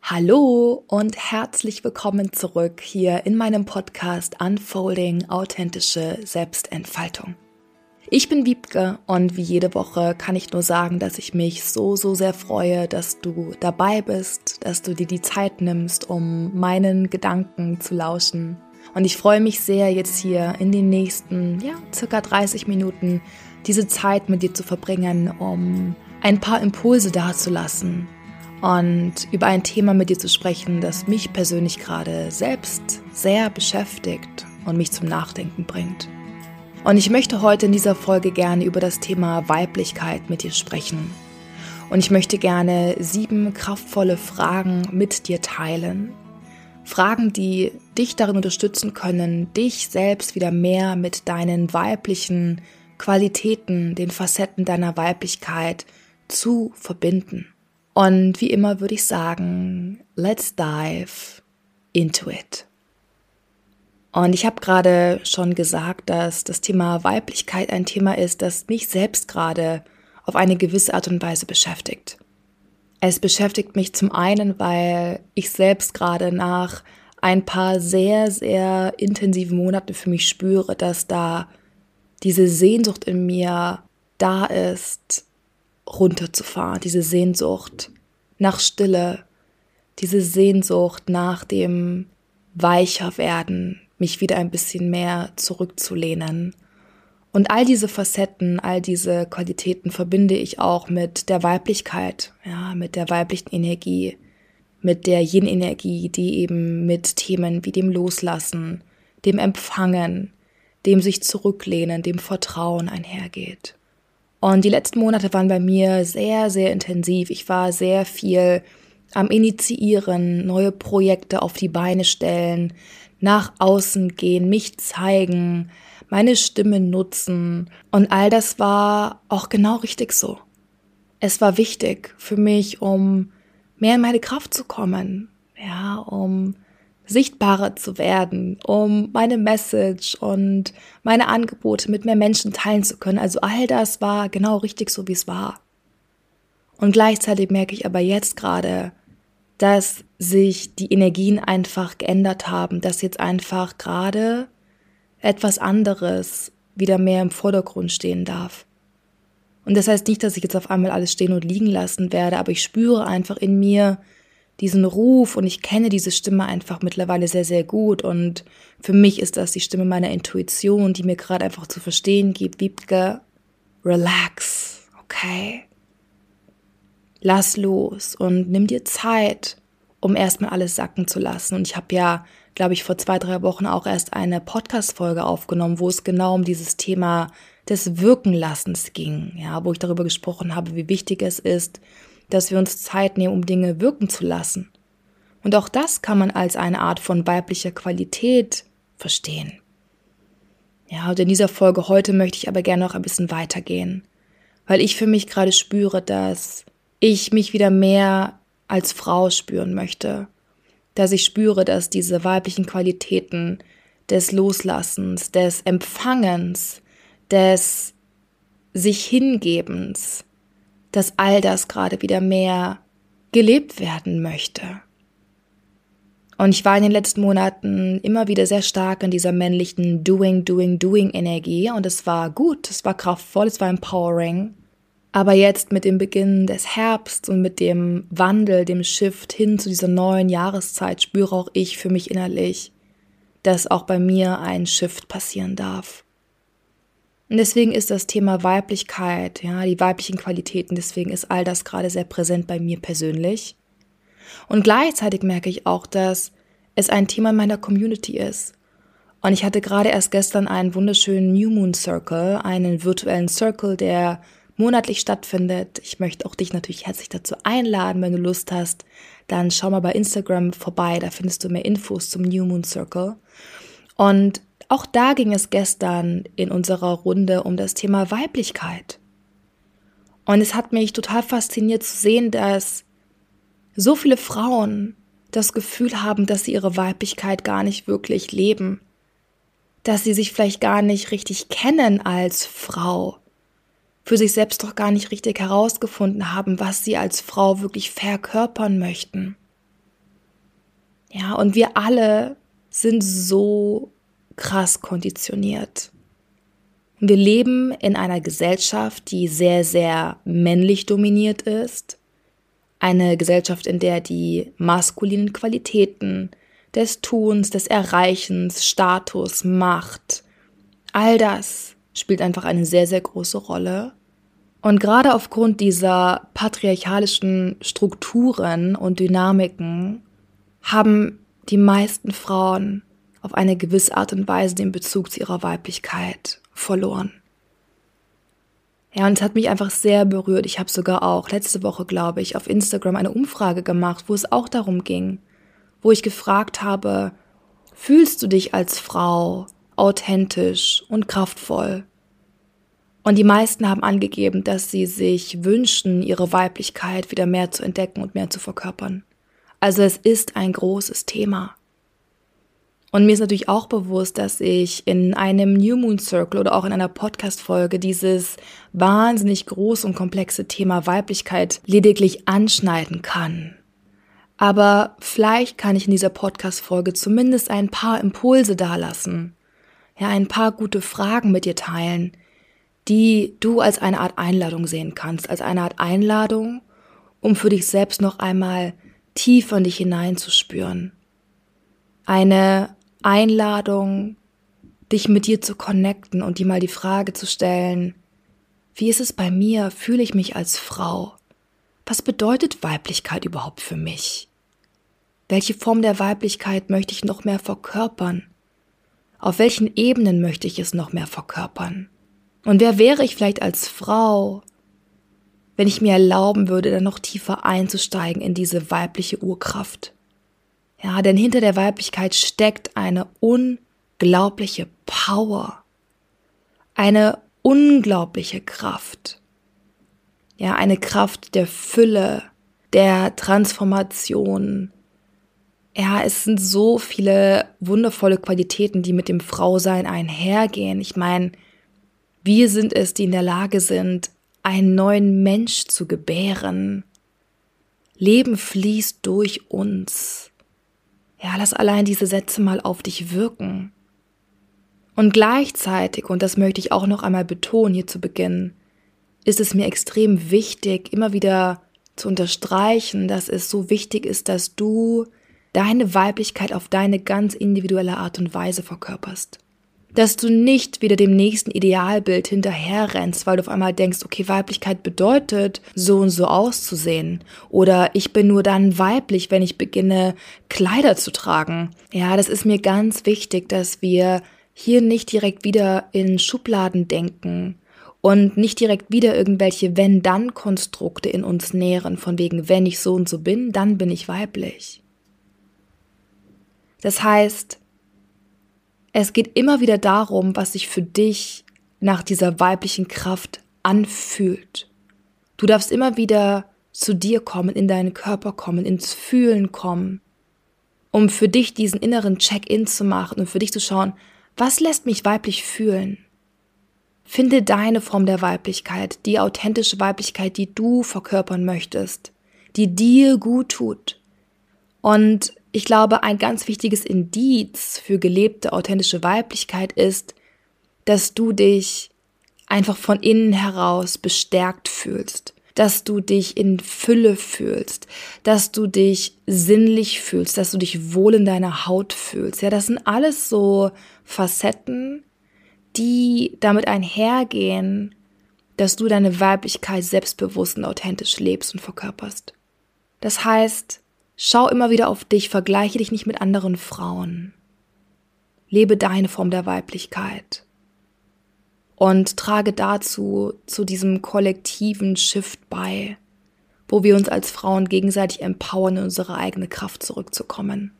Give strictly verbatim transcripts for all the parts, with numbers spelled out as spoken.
Hallo und herzlich willkommen zurück hier in meinem Podcast Unfolding authentische Selbstentfaltung. Ich bin Wiebke und wie jede Woche kann ich nur sagen, dass ich mich so, so sehr freue, dass du dabei bist, dass du dir die Zeit nimmst, um meinen Gedanken zu lauschen. Und ich freue mich sehr, jetzt hier in den nächsten, ja, circa dreißig Minuten diese Zeit mit dir zu verbringen, um ein paar Impulse dazulassen und über ein Thema mit dir zu sprechen, das mich persönlich gerade selbst sehr beschäftigt und mich zum Nachdenken bringt. Und ich möchte heute in dieser Folge gerne über das Thema Weiblichkeit mit dir sprechen. Und ich möchte gerne sieben kraftvolle Fragen mit dir teilen. Fragen, die dich darin unterstützen können, dich selbst wieder mehr mit deinen weiblichen Qualitäten, den Facetten deiner Weiblichkeit zu verbinden. Und wie immer würde ich sagen, let's dive into it. Und ich habe gerade schon gesagt, dass das Thema Weiblichkeit ein Thema ist, das mich selbst gerade auf eine gewisse Art und Weise beschäftigt. Es beschäftigt mich zum einen, weil ich selbst gerade nach ein paar sehr, sehr intensiven Monaten für mich spüre, dass da diese Sehnsucht in mir da ist, runterzufahren, diese Sehnsucht nach Stille, diese Sehnsucht nach dem Weicherwerden, mich wieder ein bisschen mehr zurückzulehnen. Und all diese Facetten, all diese Qualitäten verbinde ich auch mit der Weiblichkeit, ja, mit der weiblichen Energie, mit der Yin-Energie, die eben mit Themen wie dem Loslassen, dem Empfangen, dem sich zurücklehnen, dem Vertrauen einhergeht. Und die letzten Monate waren bei mir sehr, sehr intensiv. Ich war sehr viel am Initiieren, neue Projekte auf die Beine stellen, nach außen gehen, mich zeigen, meine Stimme nutzen. Und all das war auch genau richtig so. Es war wichtig für mich, um mehr in meine Kraft zu kommen, ja, um sichtbarer zu werden, um meine Message und meine Angebote mit mehr Menschen teilen zu können. Also all das war genau richtig so, wie es war. Und gleichzeitig merke ich aber jetzt gerade, dass sich die Energien einfach geändert haben, dass jetzt einfach gerade etwas anderes wieder mehr im Vordergrund stehen darf. Und das heißt nicht, dass ich jetzt auf einmal alles stehen und liegen lassen werde, aber ich spüre einfach in mir diesen Ruf und ich kenne diese Stimme einfach mittlerweile sehr, sehr gut und für mich ist das die Stimme meiner Intuition, die mir gerade einfach zu verstehen gibt, Wiebke, relax, okay? Lass los und nimm dir Zeit, um erstmal alles sacken zu lassen. Und ich habe ja, glaube ich, vor zwei, drei Wochen auch erst eine Podcast-Folge aufgenommen, wo es genau um dieses Thema des Wirkenlassens ging, ja, wo ich darüber gesprochen habe, wie wichtig es ist, dass wir uns Zeit nehmen, um Dinge wirken zu lassen. Und auch das kann man als eine Art von weiblicher Qualität verstehen. Ja, und in dieser Folge heute möchte ich aber gerne noch ein bisschen weitergehen, weil ich für mich gerade spüre, dass ich mich wieder mehr als Frau spüren möchte, dass ich spüre, dass diese weiblichen Qualitäten des Loslassens, des Empfangens, des sich Hingebens, dass all das gerade wieder mehr gelebt werden möchte. Und ich war in den letzten Monaten immer wieder sehr stark in dieser männlichen Doing, Doing, Doing-Energie und es war gut, es war kraftvoll, es war empowering. Aber jetzt mit dem Beginn des Herbst und mit dem Wandel, dem Shift hin zu dieser neuen Jahreszeit spüre auch ich für mich innerlich, dass auch bei mir ein Shift passieren darf. Und deswegen ist das Thema Weiblichkeit, ja, die weiblichen Qualitäten, deswegen ist all das gerade sehr präsent bei mir persönlich. Und gleichzeitig merke ich auch, dass es ein Thema in meiner Community ist. Und ich hatte gerade erst gestern einen wunderschönen New Moon Circle, einen virtuellen Circle, der monatlich stattfindet. Ich möchte auch dich natürlich herzlich dazu einladen, wenn du Lust hast, dann schau mal bei Instagram vorbei, da findest du mehr Infos zum New Moon Circle. Und auch da ging es gestern in unserer Runde um das Thema Weiblichkeit. Und es hat mich total fasziniert zu sehen, dass so viele Frauen das Gefühl haben, dass sie ihre Weiblichkeit gar nicht wirklich leben. Dass sie sich vielleicht gar nicht richtig kennen als Frau. Für sich selbst doch gar nicht richtig herausgefunden haben, was sie als Frau wirklich verkörpern möchten. Ja, und wir alle sind so krass konditioniert. Wir leben in einer Gesellschaft, die sehr, sehr männlich dominiert ist. Eine Gesellschaft, in der die maskulinen Qualitäten des Tuns, des Erreichens, Status, Macht, all das spielt einfach eine sehr, sehr große Rolle. Und gerade aufgrund dieser patriarchalischen Strukturen und Dynamiken haben die meisten Frauen auf eine gewisse Art und Weise den Bezug zu ihrer Weiblichkeit verloren. Ja, und es hat mich einfach sehr berührt. Ich habe sogar auch letzte Woche, glaube ich, auf Instagram eine Umfrage gemacht, wo es auch darum ging, wo ich gefragt habe, fühlst du dich als Frau authentisch und kraftvoll? Und die meisten haben angegeben, dass sie sich wünschen, ihre Weiblichkeit wieder mehr zu entdecken und mehr zu verkörpern. Also es ist ein großes Thema. Und mir ist natürlich auch bewusst, dass ich in einem New Moon Circle oder auch in einer Podcast-Folge dieses wahnsinnig große und komplexe Thema Weiblichkeit lediglich anschneiden kann. Aber vielleicht kann ich in dieser Podcast-Folge zumindest ein paar Impulse dalassen, ja, ein paar gute Fragen mit dir teilen, die du als eine Art Einladung sehen kannst, als eine Art Einladung, um für dich selbst noch einmal tiefer in dich hineinzuspüren. Eine Einladung, dich mit dir zu connecten und dir mal die Frage zu stellen, wie ist es bei mir? Fühle ich mich als Frau? Was bedeutet Weiblichkeit überhaupt für mich? Welche Form der Weiblichkeit möchte ich noch mehr verkörpern? Auf welchen Ebenen möchte ich es noch mehr verkörpern? Und wer wäre ich vielleicht als Frau, wenn ich mir erlauben würde, dann noch tiefer einzusteigen in diese weibliche Urkraft? Ja, denn hinter der Weiblichkeit steckt eine unglaubliche Power, eine unglaubliche Kraft. Ja, eine Kraft der Fülle, der Transformation. Ja, es sind so viele wundervolle Qualitäten, die mit dem Frausein einhergehen. Ich meine, wir sind es, die in der Lage sind, einen neuen Mensch zu gebären. Leben fließt durch uns. Ja, lass allein diese Sätze mal auf dich wirken. Und gleichzeitig, und das möchte ich auch noch einmal betonen hier zu Beginn, ist es mir extrem wichtig, immer wieder zu unterstreichen, dass es so wichtig ist, dass du deine Weiblichkeit auf deine ganz individuelle Art und Weise verkörperst. Dass du nicht wieder dem nächsten Idealbild hinterherrennst, weil du auf einmal denkst, okay, Weiblichkeit bedeutet, so und so auszusehen. Oder ich bin nur dann weiblich, wenn ich beginne, Kleider zu tragen. Ja, das ist mir ganz wichtig, dass wir hier nicht direkt wieder in Schubladen denken und nicht direkt wieder irgendwelche Wenn-Dann-Konstrukte in uns nähren, von wegen, wenn ich so und so bin, dann bin ich weiblich. Das heißt, es geht immer wieder darum, was sich für dich nach dieser weiblichen Kraft anfühlt. Du darfst immer wieder zu dir kommen, in deinen Körper kommen, ins Fühlen kommen, um für dich diesen inneren Check-in zu machen und für dich zu schauen, was lässt mich weiblich fühlen? Finde deine Form der Weiblichkeit, die authentische Weiblichkeit, die du verkörpern möchtest, die dir gut tut. Und ich glaube, ein ganz wichtiges Indiz für gelebte, authentische Weiblichkeit ist, dass du dich einfach von innen heraus bestärkt fühlst, dass du dich in Fülle fühlst, dass du dich sinnlich fühlst, dass du dich wohl in deiner Haut fühlst. Ja, das sind alles so Facetten, die damit einhergehen, dass du deine Weiblichkeit selbstbewusst und authentisch lebst und verkörperst. Das heißt, schau immer wieder auf dich, vergleiche dich nicht mit anderen Frauen. Lebe deine Form der Weiblichkeit und trage dazu zu diesem kollektiven Shift bei, wo wir uns als Frauen gegenseitig empowern, in unsere eigene Kraft zurückzukommen.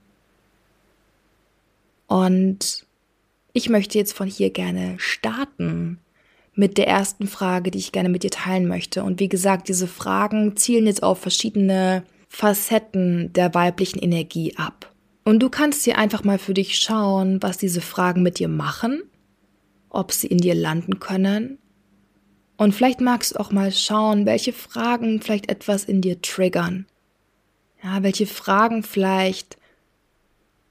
Und ich möchte jetzt von hier gerne starten mit der ersten Frage, die ich gerne mit dir teilen möchte. Und wie gesagt, diese Fragen zielen jetzt auf verschiedene Facetten der weiblichen Energie ab. Und du kannst hier einfach mal für dich schauen, was diese Fragen mit dir machen, ob sie in dir landen können. Und vielleicht magst du auch mal schauen, welche Fragen vielleicht etwas in dir triggern. Ja, welche Fragen vielleicht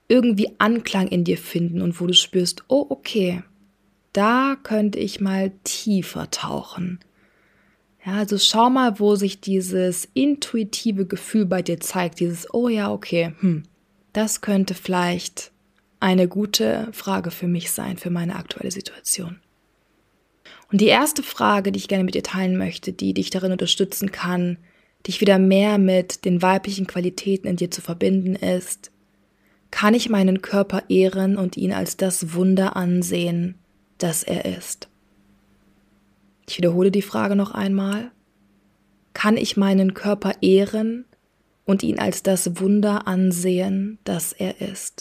irgendwie Anklang in dir finden und wo du spürst, oh okay, da könnte ich mal tiefer tauchen. Ja, also schau mal, wo sich dieses intuitive Gefühl bei dir zeigt, dieses, oh ja, okay, hm, das könnte vielleicht eine gute Frage für mich sein, für meine aktuelle Situation. Und die erste Frage, die ich gerne mit dir teilen möchte, die dich darin unterstützen kann, dich wieder mehr mit den weiblichen Qualitäten in dir zu verbinden, ist: Kann ich meinen Körper ehren und ihn als das Wunder ansehen, das er ist? Ich wiederhole die Frage noch einmal. Kann ich meinen Körper ehren und ihn als das Wunder ansehen, das er ist?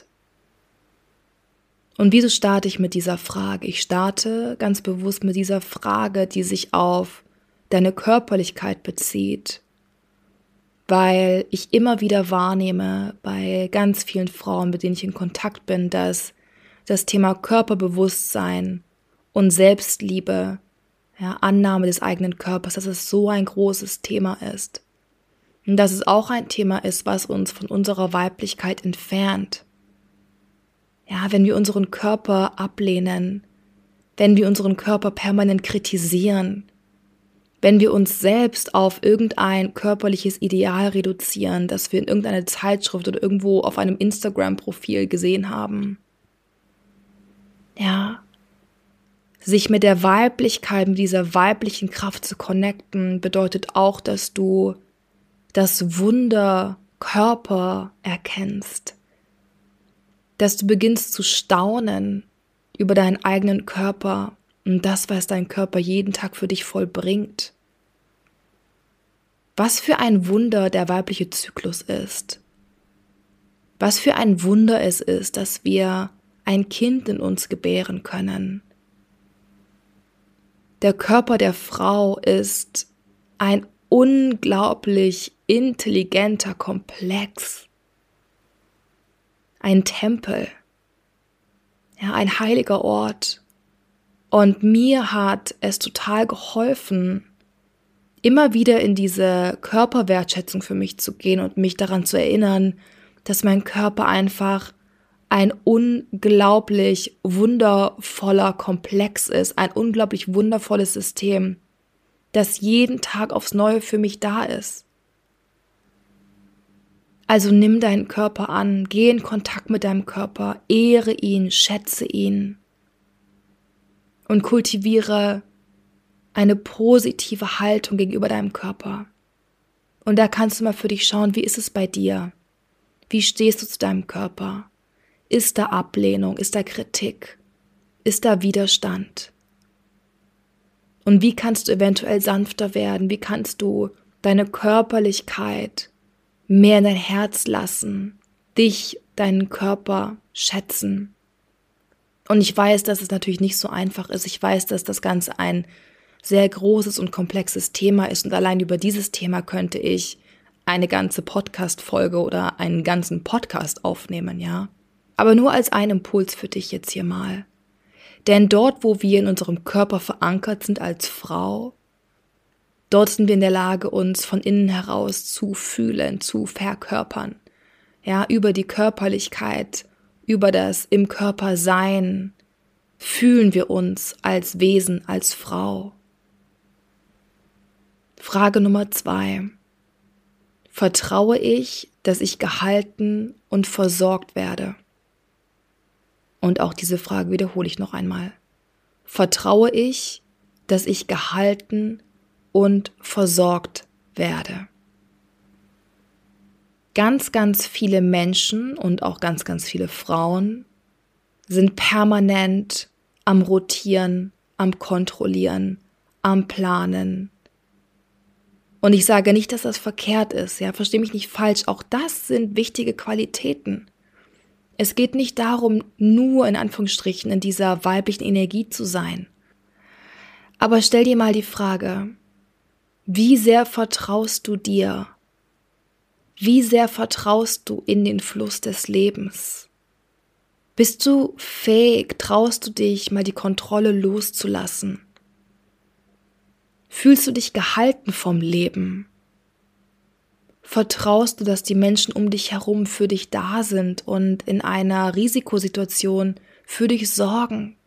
Und wieso starte ich mit dieser Frage? Ich starte ganz bewusst mit dieser Frage, die sich auf deine Körperlichkeit bezieht, weil ich immer wieder wahrnehme bei ganz vielen Frauen, mit denen ich in Kontakt bin, dass das Thema Körperbewusstsein und Selbstliebe, ja, Annahme des eigenen Körpers, dass es so ein großes Thema ist. Und dass es auch ein Thema ist, was uns von unserer Weiblichkeit entfernt. Ja, wenn wir unseren Körper ablehnen, wenn wir unseren Körper permanent kritisieren, wenn wir uns selbst auf irgendein körperliches Ideal reduzieren, das wir in irgendeiner Zeitschrift oder irgendwo auf einem Instagram-Profil gesehen haben. Ja, sich mit der Weiblichkeit, mit dieser weiblichen Kraft zu connecten, bedeutet auch, dass du das Wunder Körper erkennst. Dass du beginnst zu staunen über deinen eigenen Körper und das, was dein Körper jeden Tag für dich vollbringt. Was für ein Wunder der weibliche Zyklus ist. Was für ein Wunder es ist, dass wir ein Kind in uns gebären können. Der Körper der Frau ist ein unglaublich intelligenter Komplex. Ein Tempel, ja, ein heiliger Ort. Und mir hat es total geholfen, immer wieder in diese Körperwertschätzung für mich zu gehen und mich daran zu erinnern, dass mein Körper einfach ein unglaublich wundervoller Komplex ist, ein unglaublich wundervolles System, das jeden Tag aufs Neue für mich da ist. Also nimm deinen Körper an, geh in Kontakt mit deinem Körper, ehre ihn, schätze ihn und kultiviere eine positive Haltung gegenüber deinem Körper. Und da kannst du mal für dich schauen, wie ist es bei dir? Wie stehst du zu deinem Körper? Ist da Ablehnung? Ist da Kritik? Ist da Widerstand? Und wie kannst du eventuell sanfter werden? Wie kannst du deine Körperlichkeit mehr in dein Herz lassen, dich, deinen Körper schätzen? Und ich weiß, dass es natürlich nicht so einfach ist. Ich weiß, dass das Ganze ein sehr großes und komplexes Thema ist. Und allein über dieses Thema könnte ich eine ganze Podcast-Folge oder einen ganzen Podcast aufnehmen, ja. Aber nur als einen Impuls für dich jetzt hier mal. Denn dort, wo wir in unserem Körper verankert sind als Frau, dort sind wir in der Lage, uns von innen heraus zu fühlen, zu verkörpern. Ja, über die Körperlichkeit, über das im Körper Sein, fühlen wir uns als Wesen, als Frau. Frage Nummer zwei. Vertraue ich, dass ich gehalten und versorgt werde? Und auch diese Frage wiederhole ich noch einmal. Vertraue ich, dass ich gehalten und versorgt werde? Ganz, ganz viele Menschen und auch ganz, ganz viele Frauen sind permanent am Rotieren, am Kontrollieren, am Planen. Und ich sage nicht, dass das verkehrt ist, ja, versteh mich nicht falsch, auch das sind wichtige Qualitäten. Es geht nicht darum, nur in Anführungsstrichen in dieser weiblichen Energie zu sein. Aber stell dir mal die Frage, wie sehr vertraust du dir? Wie sehr vertraust du in den Fluss des Lebens? Bist du fähig, traust du dich, mal die Kontrolle loszulassen? Fühlst du dich gehalten vom Leben? Vertraust du, dass die Menschen um dich herum für dich da sind und in einer Risikosituation für dich sorgen?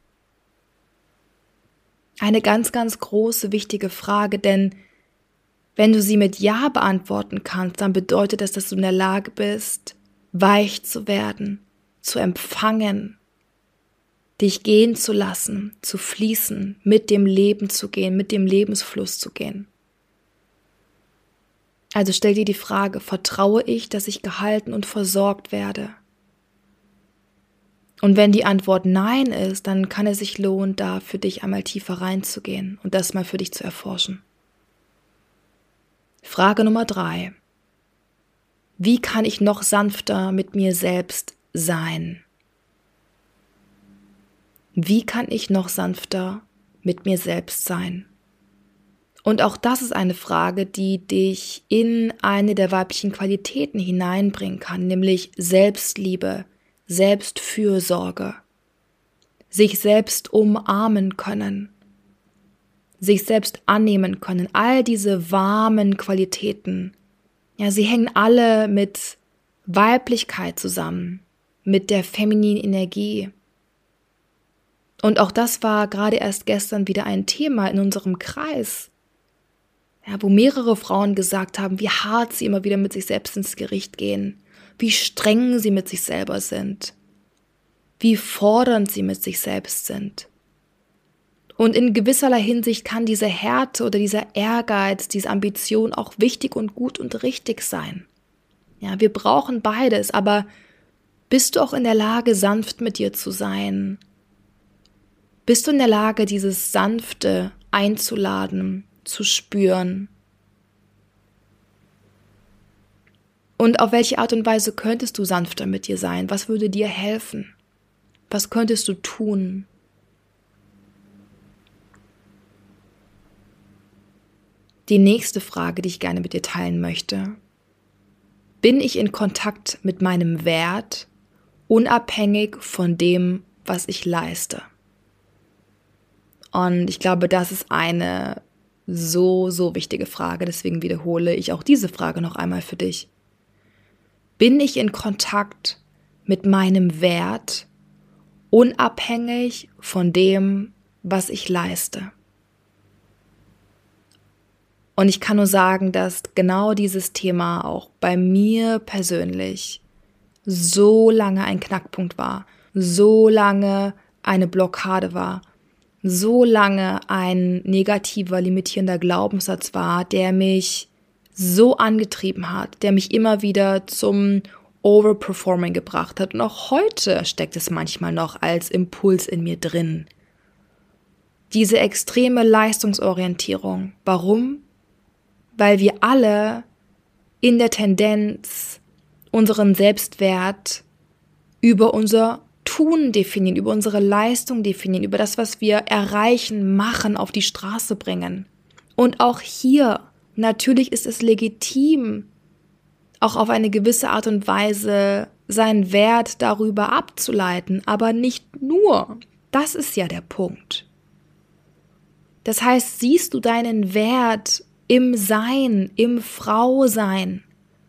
Eine ganz, ganz große, wichtige Frage, denn wenn du sie mit Ja beantworten kannst, dann bedeutet das, dass du in der Lage bist, weich zu werden, zu empfangen, dich gehen zu lassen, zu fließen, mit dem Leben zu gehen, mit dem Lebensfluss zu gehen. Also stell dir die Frage, vertraue ich, dass ich gehalten und versorgt werde? Und wenn die Antwort Nein ist, dann kann es sich lohnen, da für dich einmal tiefer reinzugehen und das mal für dich zu erforschen. Frage Nummer drei. Wie kann ich noch sanfter mit mir selbst sein? Wie kann ich noch sanfter mit mir selbst sein? Und auch das ist eine Frage, die dich in eine der weiblichen Qualitäten hineinbringen kann, nämlich Selbstliebe, Selbstfürsorge, sich selbst umarmen können, sich selbst annehmen können. All diese warmen Qualitäten, ja, sie hängen alle mit Weiblichkeit zusammen, mit der femininen Energie. Und auch das war gerade erst gestern wieder ein Thema in unserem Kreis, ja, wo mehrere Frauen gesagt haben, wie hart sie immer wieder mit sich selbst ins Gericht gehen, wie streng sie mit sich selber sind, wie fordernd sie mit sich selbst sind. Und in gewisserlei Hinsicht kann diese Härte oder dieser Ehrgeiz, diese Ambition auch wichtig und gut und richtig sein. Ja, wir brauchen beides, aber bist du auch in der Lage, sanft mit dir zu sein? Bist du in der Lage, dieses Sanfte einzuladen, zu spüren? Und auf welche Art und Weise könntest du sanfter mit dir sein? Was würde dir helfen? Was könntest du tun? Die nächste Frage, die ich gerne mit dir teilen möchte. Bin ich in Kontakt mit meinem Wert, unabhängig von dem, was ich leiste? Und ich glaube, das ist eine so, so wichtige Frage. Deswegen wiederhole ich auch diese Frage noch einmal für dich. Bin ich in Kontakt mit meinem Wert, unabhängig von dem, was ich leiste? Und ich kann nur sagen, dass genau dieses Thema auch bei mir persönlich so lange ein Knackpunkt war, so lange eine Blockade war, so lange ein negativer, limitierender Glaubenssatz war, der mich so angetrieben hat, der mich immer wieder zum Overperforming gebracht hat. Und auch heute steckt es manchmal noch als Impuls in mir drin. Diese extreme Leistungsorientierung. Warum? Weil wir alle in der Tendenz unseren Selbstwert über unser Tun definieren, über unsere Leistung definieren, über das, was wir erreichen, machen, auf die Straße bringen. Und auch hier, natürlich ist es legitim, auch auf eine gewisse Art und Weise seinen Wert darüber abzuleiten, aber nicht nur. Das ist ja der Punkt. Das heißt, siehst du deinen Wert im Sein, im Frausein,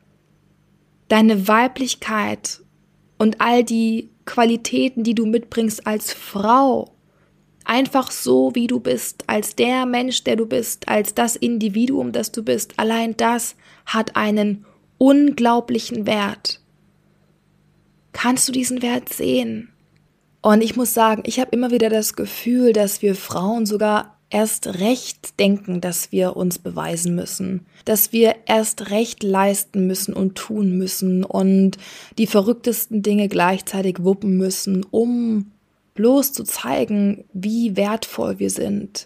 deine Weiblichkeit und all die Qualitäten, die du mitbringst als Frau, einfach so, wie du bist, als der Mensch, der du bist, als das Individuum, das du bist, allein das hat einen unglaublichen Wert. Kannst du diesen Wert sehen? Und ich muss sagen, ich habe immer wieder das Gefühl, dass wir Frauen sogar erst recht denken, dass wir uns beweisen müssen, dass wir erst recht leisten müssen und tun müssen und die verrücktesten Dinge gleichzeitig wuppen müssen, um bloß zu zeigen, wie wertvoll wir sind.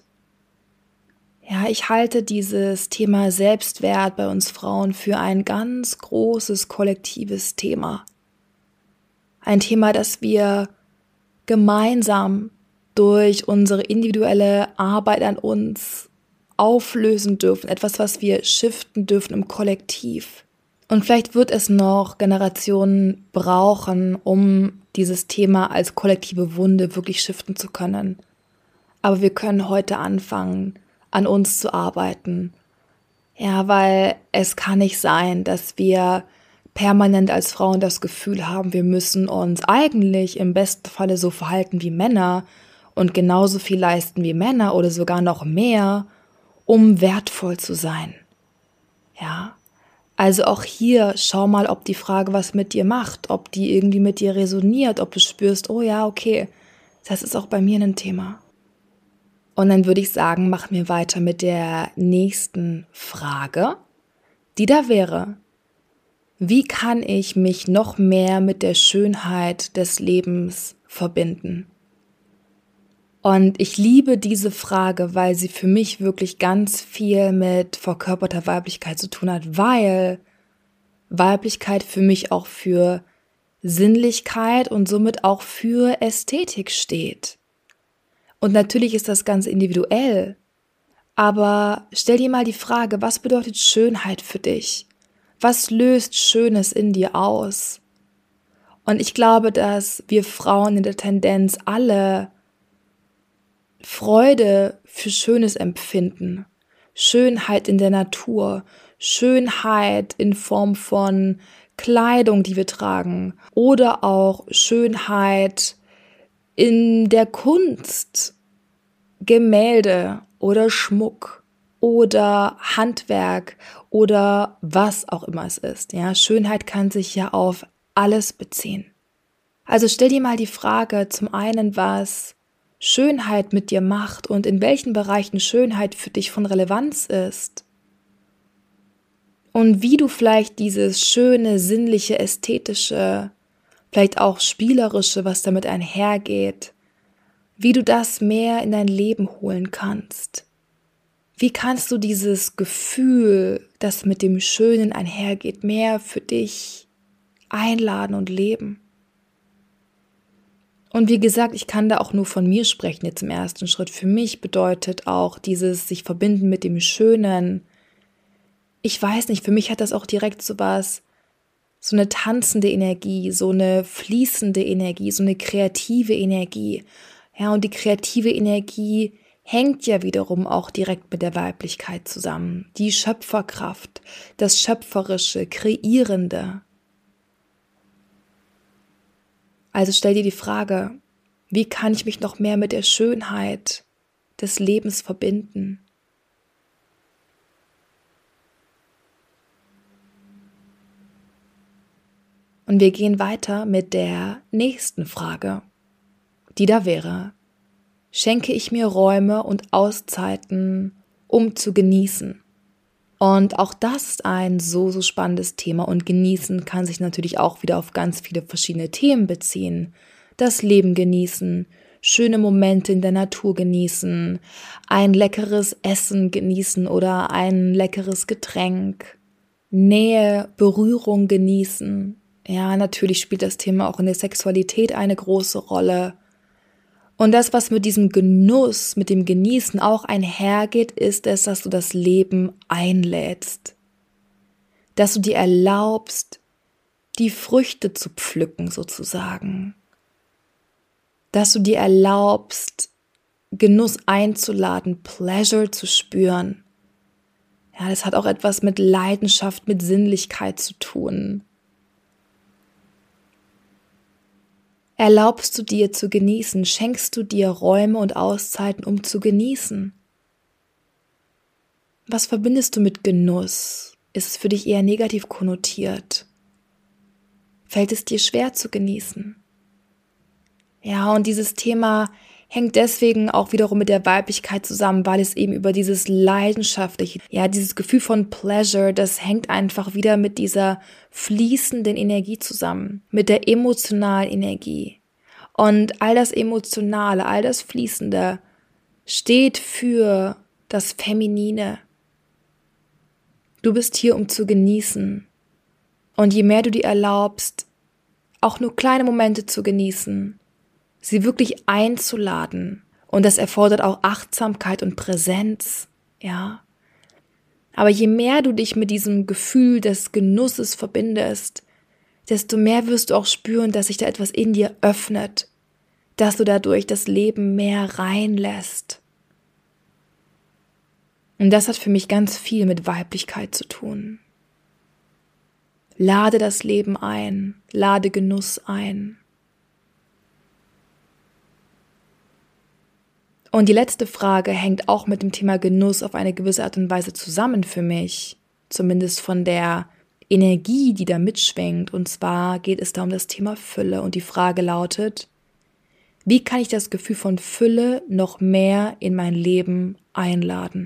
Ja, ich halte dieses Thema Selbstwert bei uns Frauen für ein ganz großes kollektives Thema. Ein Thema, das wir gemeinsam durch unsere individuelle Arbeit an uns auflösen dürfen, etwas, was wir shiften dürfen im Kollektiv. Und vielleicht wird es noch Generationen brauchen, um dieses Thema als kollektive Wunde wirklich shiften zu können. Aber wir können heute anfangen, an uns zu arbeiten, Ja, weil es kann nicht sein, dass wir permanent als Frauen das Gefühl haben, wir müssen uns eigentlich im besten Falle so verhalten wie Männer und genauso viel leisten wie Männer oder sogar noch mehr, um wertvoll zu sein. Ja, also auch hier schau mal, ob die Frage was mit dir macht, ob die irgendwie mit dir resoniert, ob du spürst, oh ja, okay, das ist auch bei mir ein Thema. Und dann würde ich sagen, machen wir weiter mit der nächsten Frage, die da wäre: Wie kann ich mich noch mehr mit der Schönheit des Lebens verbinden? Und ich liebe diese Frage, weil sie für mich wirklich ganz viel mit verkörperter Weiblichkeit zu tun hat, weil Weiblichkeit für mich auch für Sinnlichkeit und somit auch für Ästhetik steht. Und natürlich ist das ganz individuell, aber stell dir mal die Frage, was bedeutet Schönheit für dich? Was löst Schönes in dir aus? Und ich glaube, dass wir Frauen in der Tendenz alle Freude für Schönes empfinden. Schönheit in der Natur, Schönheit in Form von Kleidung, die wir tragen, oder auch Schönheit in der Kunst, Gemälde oder Schmuck oder Handwerk oder was auch immer es ist. Ja, Schönheit kann sich ja auf alles beziehen. Also stell dir mal die Frage zum einen, was Schönheit mit dir macht und in welchen Bereichen Schönheit für dich von Relevanz ist. Und wie du vielleicht dieses schöne, sinnliche, ästhetische, vielleicht auch spielerische, was damit einhergeht, wie du das mehr in dein Leben holen kannst. Wie kannst du dieses Gefühl, das mit dem Schönen einhergeht, mehr für dich einladen und leben? Und wie gesagt, ich kann da auch nur von mir sprechen jetzt im ersten Schritt. Für mich bedeutet auch dieses sich verbinden mit dem Schönen. Ich weiß nicht, für mich hat das auch direkt so was, so eine tanzende Energie, so eine fließende Energie, so eine kreative Energie. Ja, und die kreative Energie hängt ja wiederum auch direkt mit der Weiblichkeit zusammen. Die Schöpferkraft, das Schöpferische, Kreierende. Also stell dir die Frage, wie kann ich mich noch mehr mit der Schönheit des Lebens verbinden? Und wir gehen weiter mit der nächsten Frage, die da wäre: Schenke ich mir Räume und Auszeiten, um zu genießen? Und auch das ist ein so, so spannendes Thema, und genießen kann sich natürlich auch wieder auf ganz viele verschiedene Themen beziehen. Das Leben genießen, schöne Momente in der Natur genießen, ein leckeres Essen genießen oder ein leckeres Getränk, Nähe, Berührung genießen. Ja, natürlich spielt das Thema auch in der Sexualität eine große Rolle. Und das, was mit diesem Genuss, mit dem Genießen auch einhergeht, ist es, dass du das Leben einlädst. Dass du dir erlaubst, die Früchte zu pflücken sozusagen. Dass du dir erlaubst, Genuss einzuladen, Pleasure zu spüren. Ja, das hat auch etwas mit Leidenschaft, mit Sinnlichkeit zu tun. Erlaubst du dir zu genießen? Schenkst du dir Räume und Auszeiten, um zu genießen? Was verbindest du mit Genuss? Ist es für dich eher negativ konnotiert? Fällt es dir schwer zu genießen? Ja, und dieses Thema hängt deswegen auch wiederum mit der Weiblichkeit zusammen, weil es eben über dieses Leidenschaftliche, ja, dieses Gefühl von Pleasure, das hängt einfach wieder mit dieser fließenden Energie zusammen, mit der emotionalen Energie. Und all das Emotionale, all das Fließende steht für das Feminine. Du bist hier, um zu genießen. Und je mehr du dir erlaubst, auch nur kleine Momente zu genießen, sie wirklich einzuladen. Und das erfordert auch Achtsamkeit und Präsenz, ja. Aber je mehr du dich mit diesem Gefühl des Genusses verbindest, desto mehr wirst du auch spüren, dass sich da etwas in dir öffnet, dass du dadurch das Leben mehr reinlässt. Und das hat für mich ganz viel mit Weiblichkeit zu tun. Lade das Leben ein, lade Genuss ein. Und die letzte Frage hängt auch mit dem Thema Genuss auf eine gewisse Art und Weise zusammen für mich, zumindest von der Energie, die da mitschwingt. Und zwar geht es da um das Thema Fülle und die Frage lautet, wie kann ich das Gefühl von Fülle noch mehr in mein Leben einladen?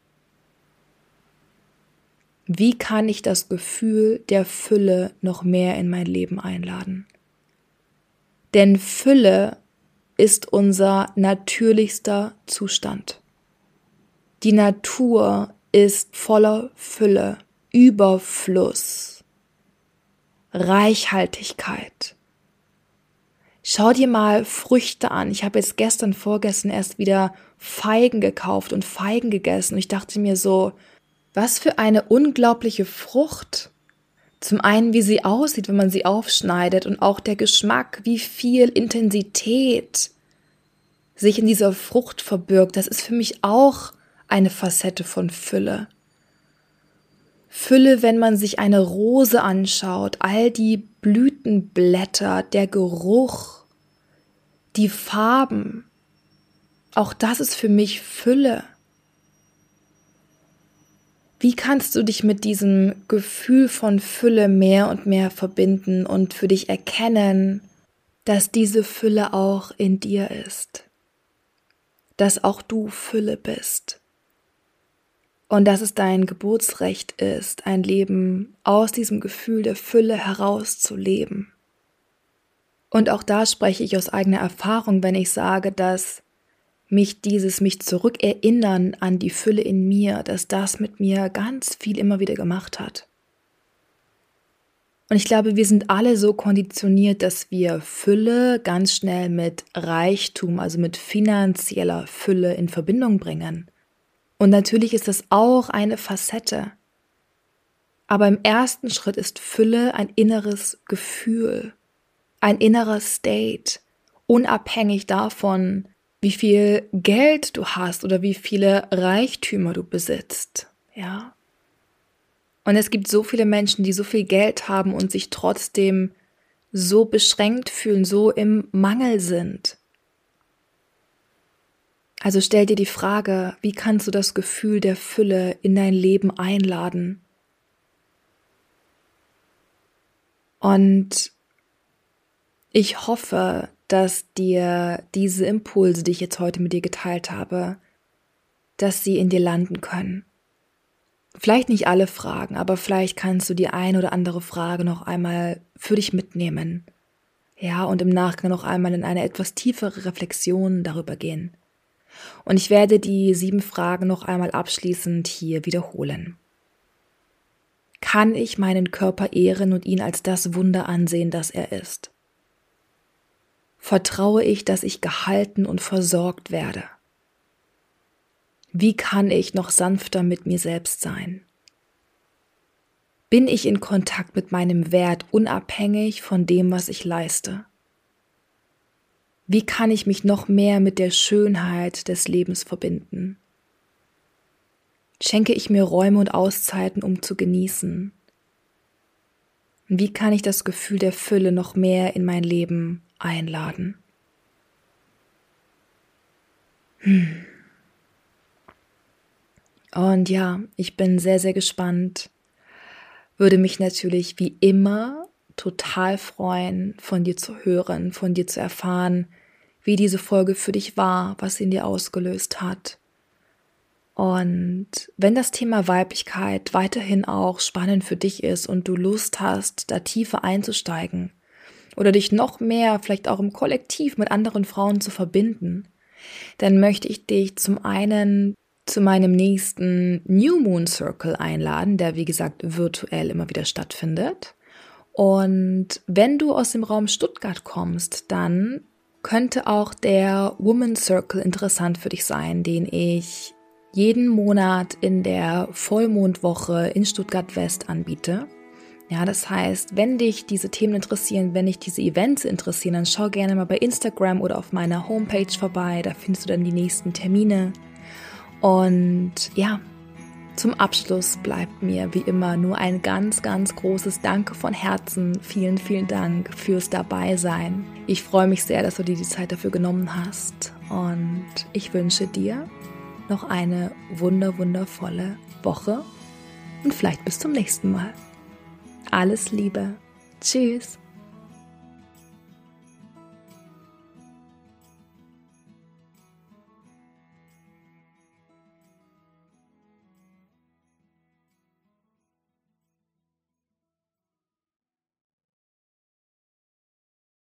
Wie kann ich das Gefühl der Fülle noch mehr in mein Leben einladen? Denn Fülle ist unser natürlichster Zustand. Die Natur ist voller Fülle, Überfluss, Reichhaltigkeit. Schau dir mal Früchte an. Ich habe jetzt gestern, vorgestern erst wieder Feigen gekauft und Feigen gegessen. Und ich dachte mir so, was für eine unglaubliche Frucht. Zum einen, wie sie aussieht, wenn man sie aufschneidet und auch der Geschmack, wie viel Intensität sich in dieser Frucht verbirgt. Das ist für mich auch eine Facette von Fülle. Fülle, wenn man sich eine Rose anschaut, all die Blütenblätter, der Geruch, die Farben, auch das ist für mich Fülle. Wie kannst du dich mit diesem Gefühl von Fülle mehr und mehr verbinden und für dich erkennen, dass diese Fülle auch in dir ist? Dass auch du Fülle bist. Und dass es dein Geburtsrecht ist, ein Leben aus diesem Gefühl der Fülle herauszuleben. Und auch da spreche ich aus eigener Erfahrung, wenn ich sage, dass mich dieses, mich zurückerinnern an die Fülle in mir, dass das mit mir ganz viel immer wieder gemacht hat. Und ich glaube, wir sind alle so konditioniert, dass wir Fülle ganz schnell mit Reichtum, also mit finanzieller Fülle in Verbindung bringen. Und natürlich ist das auch eine Facette. Aber im ersten Schritt ist Fülle ein inneres Gefühl, ein innerer State, unabhängig davon, wie viel Geld du hast oder wie viele Reichtümer du besitzt, ja. Und es gibt so viele Menschen, die so viel Geld haben und sich trotzdem so beschränkt fühlen, so im Mangel sind. Also stell dir die Frage, wie kannst du das Gefühl der Fülle in dein Leben einladen? Und ich hoffe, dass dir diese Impulse, die ich jetzt heute mit dir geteilt habe, dass sie in dir landen können. Vielleicht nicht alle Fragen, aber vielleicht kannst du die ein oder andere Frage noch einmal für dich mitnehmen. Ja, und im Nachgang noch einmal in eine etwas tiefere Reflexion darüber gehen. Und ich werde die sieben Fragen noch einmal abschließend hier wiederholen. Kann ich meinen Körper ehren und ihn als das Wunder ansehen, das er ist? Vertraue ich, dass ich gehalten und versorgt werde? Wie kann ich noch sanfter mit mir selbst sein? Bin ich in Kontakt mit meinem Wert, unabhängig von dem, was ich leiste? Wie kann ich mich noch mehr mit der Schönheit des Lebens verbinden? Schenke ich mir Räume und Auszeiten, um zu genießen? Und wie kann ich das Gefühl der Fülle noch mehr in mein Leben einladen? Hm. Und ja, ich bin sehr, sehr gespannt. Würde mich natürlich wie immer total freuen, von dir zu hören, von dir zu erfahren, wie diese Folge für dich war, was sie in dir ausgelöst hat. Und wenn das Thema Weiblichkeit weiterhin auch spannend für dich ist und du Lust hast, da tiefer einzusteigen oder dich noch mehr vielleicht auch im Kollektiv mit anderen Frauen zu verbinden, dann möchte ich dich zum einen zu meinem nächsten New Moon Circle einladen, der wie gesagt virtuell immer wieder stattfindet. Und wenn du aus dem Raum Stuttgart kommst, dann könnte auch der Woman Circle interessant für dich sein, den ich jeden Monat in der Vollmondwoche in Stuttgart West anbiete. Ja, das heißt, wenn dich diese Themen interessieren, wenn dich diese Events interessieren, dann schau gerne mal bei Instagram oder auf meiner Homepage vorbei, da findest du dann die nächsten Termine. Und ja, Zum Abschluss bleibt mir wie immer nur ein ganz, ganz großes Danke von Herzen. Vielen, vielen Dank fürs Dabeisein. Ich freue mich sehr, dass du dir die Zeit dafür genommen hast und ich wünsche dir noch eine wunder, wundervolle Woche und vielleicht bis zum nächsten Mal. Alles Liebe. Tschüss.